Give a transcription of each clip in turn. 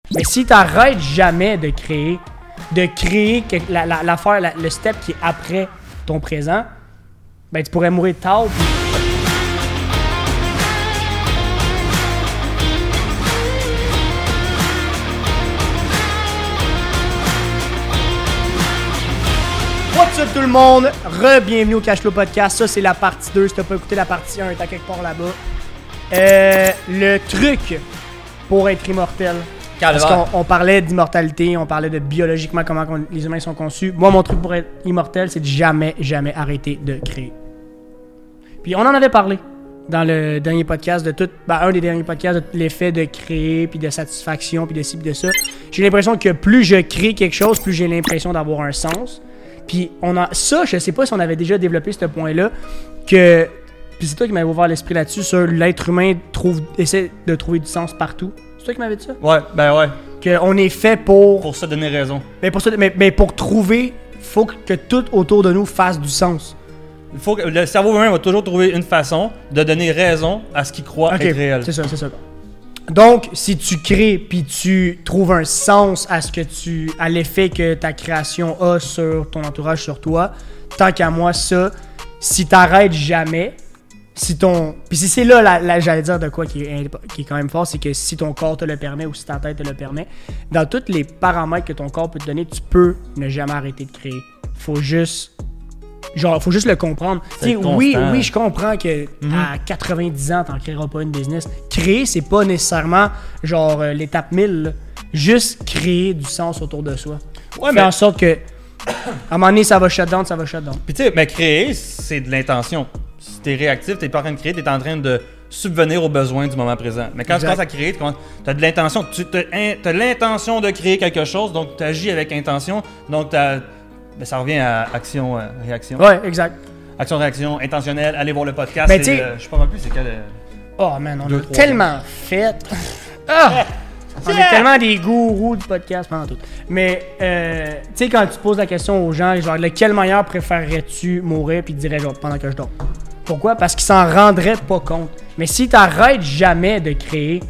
Mais si t'arrêtes jamais de créer l'affaire, le step qui est après ton présent, ben tu pourrais mourir tard. What's up tout le monde? Re-bienvenue au Cashflow Podcast. Ça, c'est la partie 2. Si t'as pas écouté la partie 1, t'as quelque part là-bas. Le truc pour être immortel. Parce qu'on parlait d'immortalité, on parlait de biologiquement comment les humains sont conçus. Moi, mon truc pour être immortel, c'est de jamais arrêter de créer. Puis on en avait parlé dans le dernier podcast un des derniers podcasts, de l'effet de créer, puis de satisfaction, puis de ci, puis de ça. J'ai l'impression que plus je crée quelque chose, plus j'ai l'impression d'avoir un sens. Puis je sais pas si on avait déjà développé ce point-là, puis c'est toi qui m'avais ouvert l'esprit là-dessus, sur l'être humain essaie de trouver du sens partout. C'est toi qui m'avais dit ça? Ouais. Qu'on est fait pour se donner raison. Mais pour trouver, faut que tout autour de nous fasse du sens. Le cerveau humain va toujours trouver une façon de donner raison à ce qu'il croit être réel. C'est ça. Donc, si tu crées puis tu trouves un sens à l'effet que ta création a sur ton entourage, sur toi, tant qu'à moi, ça, si t'arrêtes jamais, puis si c'est là, j'allais dire de quoi qui est quand même fort, c'est que si ton corps te le permet ou si ta tête te le permet, dans tous les paramètres que ton corps peut te donner, tu peux ne jamais arrêter de créer. Faut juste le comprendre. Oui, je comprends que à 90 ans, t'en créeras pas une business. Créer, c'est pas nécessairement l'étape 1000. Là. Juste créer du sens autour de soi. Ouais, faire en sorte que à un moment donné, ça va shut down. Puis tu sais, mais créer, c'est de l'intention. Si t'es réactif, t'es pas en train de créer, t'es en train de subvenir aux besoins du moment présent. Mais quand tu commences à créer, t'as de l'intention. T'as l'intention de créer quelque chose, donc tu agis avec intention. Donc ça revient à action-réaction. Ouais, exact. Action-réaction, intentionnelle, allez voir le podcast. Mais je sais pas non plus c'est quel... Oh man, on a tellement fait. On est tellement des gourous du podcast pendant tout. Mais, tu sais, quand tu poses la question aux gens, genre, lequel meilleur préférerais-tu mourir, puis ils diraient, genre, pendant que je dors. Pourquoi? Parce qu'ils s'en rendraient pas compte. Mais si t'arrêtes jamais de créer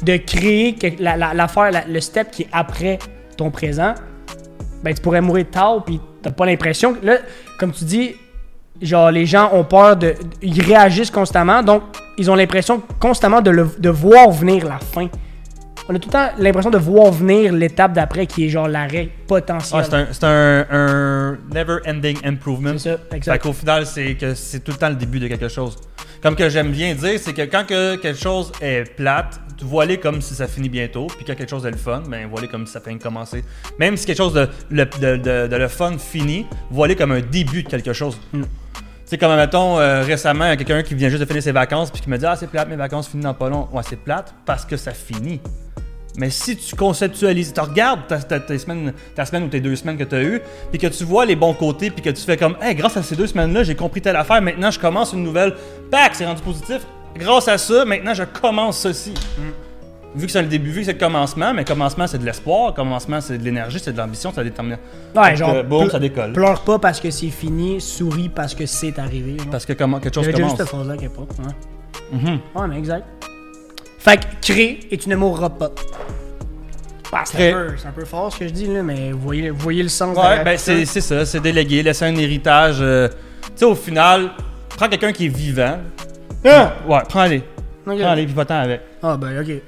l'affaire, le step qui est après ton présent, ben, tu pourrais mourir tard, puis t'as pas l'impression que, là, comme tu dis, genre, les gens ont peur ils réagissent constamment, donc, ils ont l'impression constamment de voir venir la fin. On a tout le temps l'impression de voir venir l'étape d'après qui est genre l'arrêt potentiel. C'est un never-ending improvement. C'est ça, exact. Fait qu'au final, c'est tout le temps le début de quelque chose. Comme que j'aime bien dire, c'est que quand quelque chose est plate, vois-les comme si ça finit bientôt. Puis quand quelque chose est le fun, ben vois-les comme si ça vient de commencer. Même si quelque chose de le fun finit, vois-les comme un début de quelque chose. Tu sais, comme mettons, récemment, il y a quelqu'un qui vient juste de finir ses vacances puis qui me dit « Ah, c'est plate, mes vacances finissent dans pas long. » Ouais, c'est plate parce que ça finit. Mais si tu conceptualises, tu regardes ta semaine ou tes 2 semaines que tu as eues, puis que tu vois les bons côtés, puis que tu fais comme « Hey, grâce à ces 2 semaines-là, j'ai compris telle affaire, maintenant je commence une nouvelle. Pac, c'est rendu positif. Grâce à ça, maintenant je commence ceci. » Vu que c'est le début, vu que c'est le commencement, mais commencement c'est de l'espoir, commencement c'est de l'énergie, c'est de l'ambition, ça détermine. Ouais, genre, boum, ça décolle. Pleure pas parce que c'est fini, souris parce que c'est arrivé. Genre. Parce que quelque chose commence. J'ai juste cette phrase-là qui est pas. Ouais, mais exact. Fait que crée et tu ne mourras pas. Bah, c'est un peu fort ce que je dis là, mais voyez le sens. Ouais, ben c'est ça, c'est déléguer, laisser un héritage. Tu sais, au final, prends quelqu'un qui est vivant. Ouais, prends-les. Okay. Prends-les puis va-t'en avec. Ah ben ok.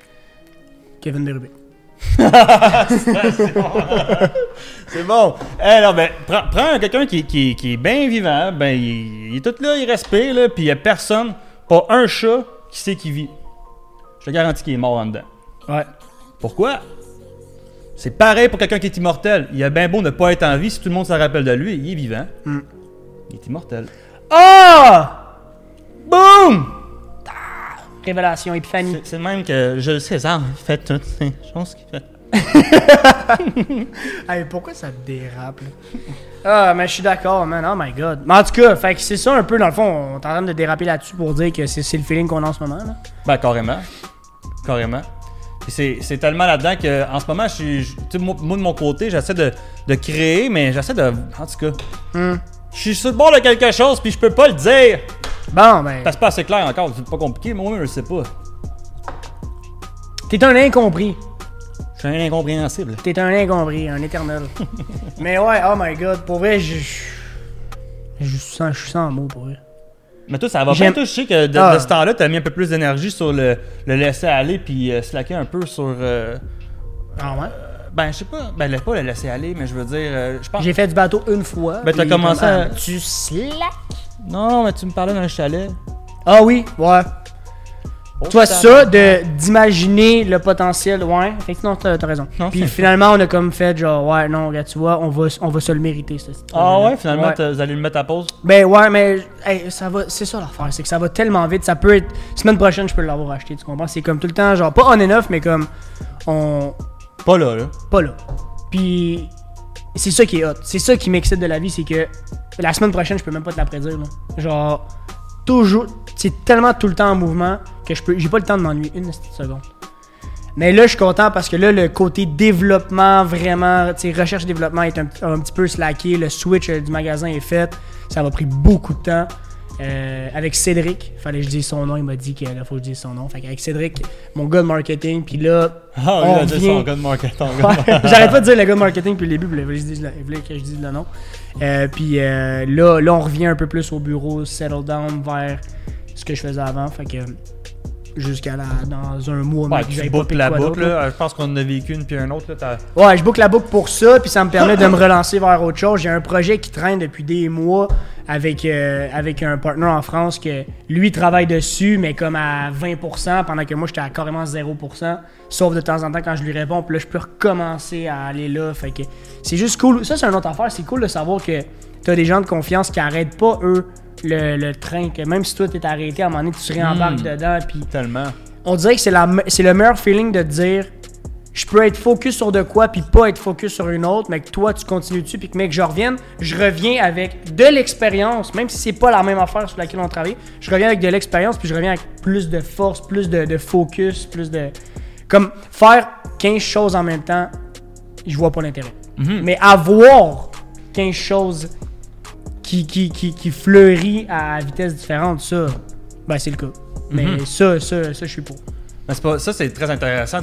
Kevin Bérubé. C'est bon. C'est bon. Alors, ben, prends quelqu'un qui est bien vivant, ben il est tout là, il respire, là, puis il n'y a personne, pas un chat qui sait qu'il vit. Je te garantis qu'il est mort en dedans. Ouais. Pourquoi? C'est pareil pour quelqu'un qui est immortel. Il a bien beau ne pas être en vie, si tout le monde se rappelle de lui, il est vivant. Il est immortel. Ah! Boum! Révélation, épiphanie. C'est le même que je le sais, ça fait toutes ces choses qu'il fait. Hey, pourquoi ça dérape, là? Ah, mais je suis d'accord, man. Oh my god. Mais en tout cas, fait que c'est ça un peu, dans le fond, on est en train de déraper là-dessus pour dire que c'est le feeling qu'on a en ce moment, là. Ben, carrément. Puis c'est tellement là-dedans qu'en ce moment, moi de mon côté, j'essaie de créer, mais j'essaie de... En tout cas, je suis sur le bord de quelque chose, puis je peux pas le dire. Bon, ben... C'est pas assez clair encore, c'est pas compliqué, moi-même je le sais pas. T'es un incompris. Je suis un incompréhensible. T'es un incompris, un éternel. Mais ouais, oh my god, pour vrai, je suis sans mots pour vrai. Mais toi, ça va bien. Toi, je sais que de ce temps-là, t'as mis un peu plus d'énergie sur le laisser aller puis slacker un peu sur. Ah ouais? Je sais pas. Pas le laisser aller, mais je veux dire. Je pense. J'ai fait du bateau une fois. T'as commencé à. Tu slack? Non, mais tu me parlais d'un chalet. Ah oui, ouais. Toi, ça, d'imaginer le potentiel, ouais, effectivement, t'as raison. Non, puis finalement, on a comme fait genre, ouais, non, regarde, tu vois, on va se le mériter, ça. Ah ouais, finalement, vous allez le mettre à pause? Ben ouais, mais ça va, c'est ça l'affaire, c'est que ça va tellement vite, ça peut être, semaine prochaine, je peux l'avoir acheté, tu comprends? C'est comme tout le temps, genre, pas on and off, mais comme, Pas là. Pas là. Puis, c'est ça qui est hot, c'est ça qui m'excite de la vie, c'est que la semaine prochaine, je peux même pas te la prédire, là. Genre, toujours, c'est tellement tout le temps en mouvement que j'ai pas le temps de m'ennuyer une seconde. Mais là, je suis content parce que là, le côté développement, vraiment, tu sais, recherche-développement est un petit peu slacké. Le switch du magasin est fait. Ça m'a pris beaucoup de temps. Avec Cédric, fallait que je dise son nom, il m'a dit qu'il faut que je dise son nom. Fait qu'avec Cédric, mon gars de marketing, puis là, on revient... dit son gars de marketing. J'arrête pas de dire le gars de marketing depuis le début, il voulait que je dise le nom. Puis là, on revient un peu plus au bureau, settle down vers ce que je faisais avant. Fait que jusqu'à dans un mois, ouais, tu bookes la boucle, là. Je pense qu'on en a vécu une puis un autre. Là, ouais, je book la boucle pour ça, puis ça me permet de me relancer vers autre chose. J'ai un projet qui traîne depuis des mois avec un partner en France que lui travaille dessus, mais comme à 20%, pendant que moi j'étais à carrément 0%. Sauf de temps en temps quand je lui réponds, puis là je peux recommencer à aller là. Fait que c'est juste cool. Ça, c'est une autre affaire. C'est cool de savoir que t'as des gens de confiance qui arrêtent pas, eux, le train, que même si toi t'es arrêté, à un moment donné, tu te réembarques dedans. Puis tellement. On dirait que c'est le meilleur feeling de te dire je peux être focus sur de quoi puis pas être focus sur une autre, mais que toi tu continues dessus puis que mec je reviens avec de l'expérience, même si c'est pas la même affaire sur laquelle on travaille, je reviens avec de l'expérience puis je reviens avec plus de force, plus de focus, plus de... Comme faire 15 choses en même temps, je vois pas l'intérêt. Mm-hmm. Mais avoir 15 choses qui fleurit à vitesse différente, ça, ben c'est le cas. Mais ça, je suis pour. Mais ça, c'est très intéressant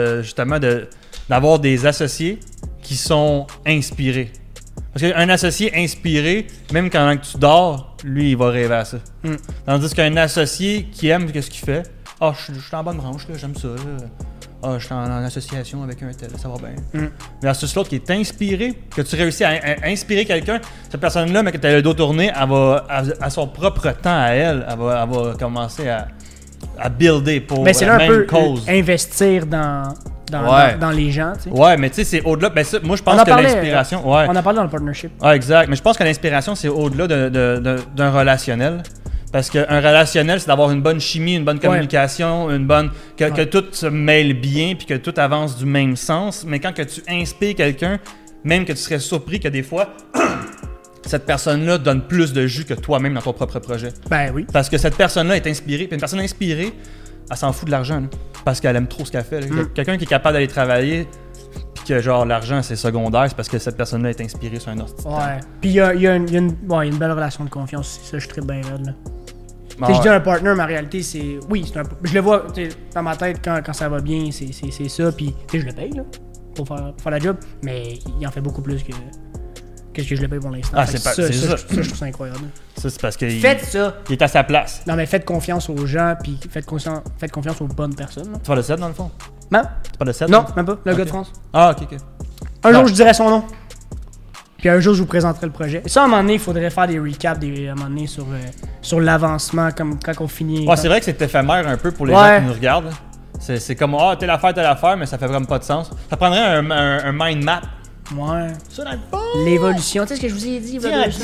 d'avoir des associés qui sont inspirés. Parce qu'un associé inspiré, même quand tu dors, lui, il va rêver à ça. Tandis qu'un associé qui aime ce qu'il fait, je suis en bonne branche, là, j'aime ça. Je suis en association avec un tel, ça va bien. Versus l'autre qui est inspiré, que tu réussis à inspirer quelqu'un, cette personne-là, mais que tu as le dos tourné, elle va, à son propre temps à elle, elle va commencer à builder pour mais c'est la même même cause. Investir dans les gens, tu sais. Ouais, mais tu sais, c'est au-delà. Ben ça, moi, je pense que l'inspiration. On en parle dans le partnership. Ouais, exact. Mais je pense que l'inspiration, c'est au-delà d'un relationnel. Parce qu'un relationnel, c'est d'avoir une bonne chimie, une bonne communication, que tout se mêle bien puis que tout avance du même sens. Mais quand que tu inspires quelqu'un, même que tu serais surpris que des fois, cette personne-là donne plus de jus que toi-même dans ton propre projet. Ben oui. Parce que cette personne-là est inspirée. Puis une personne inspirée, elle s'en fout de l'argent. Là, parce qu'elle aime trop ce qu'elle fait. Quelqu'un qui est capable d'aller travailler, puis que genre l'argent c'est secondaire, c'est parce que cette personne-là est inspirée sur un autre. Ouais. Puis il y a une belle relation de confiance. Ça, je suis très bien raide, là. Je dis un partner, mais en réalité, c'est. Oui, je le vois dans ma tête quand ça va bien, c'est ça. Puis je le paye là, pour faire la job, mais il en fait beaucoup plus que ce que je le paye pour l'instant. Ah, c'est ça. Je trouve ça incroyable. Ça, c'est parce que. Faites ça. Il est à sa place. Non, mais faites confiance aux gens, puis faites confiance aux bonnes personnes. Là. Tu parles de 7 dans le fond? Non. Tu parles de 7? Non, même pas. Le gars de France. Ah, ok. Un jour, je dirai son nom. Puis un jour, je vous présenterai le projet. Et ça, à un moment donné, il faudrait faire des recaps à un moment donné sur l'avancement, comme quand on finit. Ouais, c'est vrai que c'est éphémère un peu pour les gens qui nous regardent. C'est comme, telle affaire, mais ça fait vraiment pas de sens. Ça prendrait un mind map. Ouais. Ça dans le fond. L'évolution. Tu sais ce que je vous ai dit,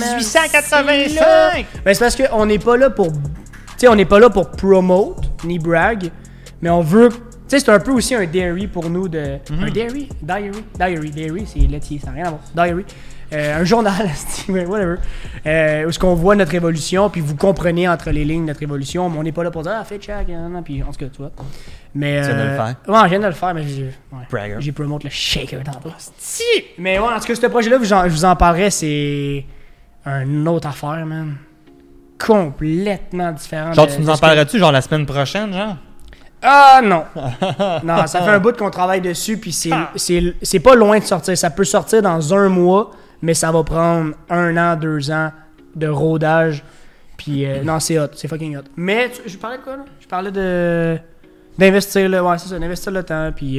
1885! Ben, c'est parce qu'on n'est pas là pour. Tu sais, on n'est pas là pour promote, ni brag, mais on veut. Tu sais, c'est un peu aussi un dairy pour nous de. Un dairy? Dairy, c'est laitier, ça n'a rien à voir. Diary. Un journal, whatever. Où est-ce qu'on voit notre évolution, puis vous comprenez entre les lignes notre évolution, mais on n'est pas là pour dire fais check, puis en tout cas, tu vois. Mais, tu viens de le faire. Ouais, je viens de le faire, mais j'ai promote le shaker tantôt. Si! Mais ouais, en tout cas, ce projet-là, je vous en parlerai, c'est une autre affaire, man. Complètement différent. Genre, tu nous en parlerais-tu, genre la semaine prochaine, genre? Ah non! Non, ça fait un bout qu'on travaille dessus, puis c'est pas loin de sortir. Ça peut sortir dans 1 mois, mais ça va prendre 1 an, 2 ans de rodage. Puis non, c'est hot, c'est fucking hot. Mais je parlais de quoi là? Je parlais d'investir là, ouais, c'est ça, d'investir le temps, puis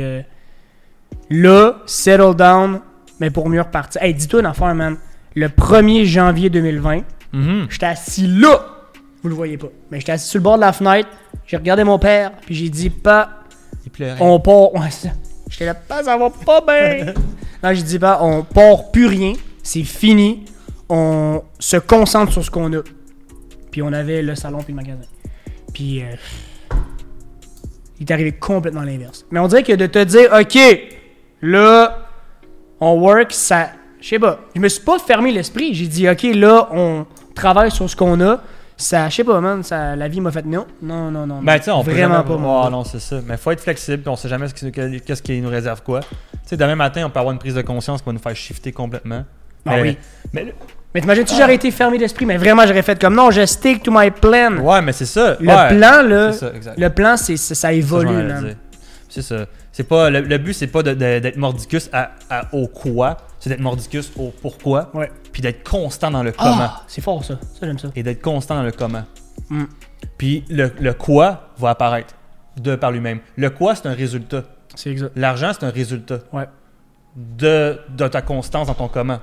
là, settle down, mais pour mieux repartir. Hey, dis-toi une affaire, man. Le 1er janvier 2020, j'étais assis là. Vous le voyez pas. Mais j'étais assis sur le bord de la fenêtre. J'ai regardé mon père. Puis j'ai dit, pas. Il pleurait. On part. Ouais, ça. J'étais là, pas, ça va pas bien. Non, j'ai dit, pas, on part plus rien. C'est fini. On se concentre sur ce qu'on a. Puis on avait le salon puis le magasin. Puis il est arrivé complètement l'inverse. Mais on dirait que de te dire, OK, là, on work, ça. Je sais pas. Je me suis pas fermé l'esprit. J'ai dit, OK, là, on travaille sur ce qu'on a. Ça, je sais pas, man, la vie m'a fait non. Ben, tu sais, on vraiment peut pas, moi. Oh, non, c'est ça. Mais faut être flexible, puis on sait jamais qu'est-ce qui nous réserve quoi. Tu sais, demain matin, on peut avoir une prise de conscience qui va nous faire shifter complètement. Ah oui. Mais t'imagines-tu, j'aurais été fermé d'esprit, mais vraiment, j'aurais fait comme non, je stick to my plan. ouais, mais c'est ça. Le plan, là, c'est ça, exact. le plan, ça évolue, Ça, je m'en allais man. dire. C'est ça. C'est pas, le but, c'est pas d'être mordicus au quoi, c'est d'être mordicus au pourquoi, Ouais. puis d'être constant dans le comment. Ah, c'est fort, ça. Ça, j'aime ça. Et d'être constant dans le comment. Mm. Puis le quoi va apparaître de par lui-même. Le quoi, c'est un résultat. C'est exact. L'argent, c'est un résultat Ouais. de ta constance dans ton comment.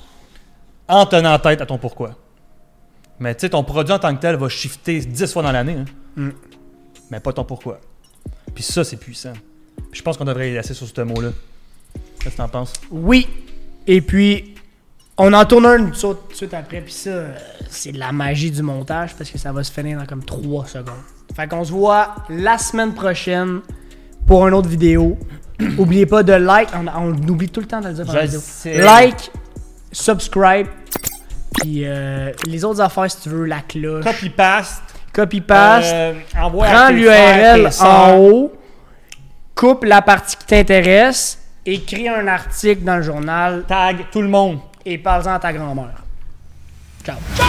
En tenant tête à ton pourquoi. Mais tu sais, ton produit en tant que tel va shifter 10 fois dans l'année. Hein? Mm. Mais pas ton pourquoi. Puis ça, c'est puissant. Puis je pense qu'on devrait y laisser sur ce mot-là. Qu'est-ce que t'en penses? Oui. Et puis, on en tourne un tout de suite après. Puis ça, c'est de la magie du montage parce que ça va se finir dans comme 3 secondes. Fait qu'on se voit la semaine prochaine pour une autre vidéo. Oubliez pas de like. On oublie tout le temps de le dire dans la vidéo. Like, subscribe. Puis les autres affaires, si tu veux, la cloche. Copy-paste. Prends l'URL en haut. Coupe la partie qui t'intéresse. Écris un article dans le journal. Tag tout le monde. Et parle-en à ta grand-mère. Ciao.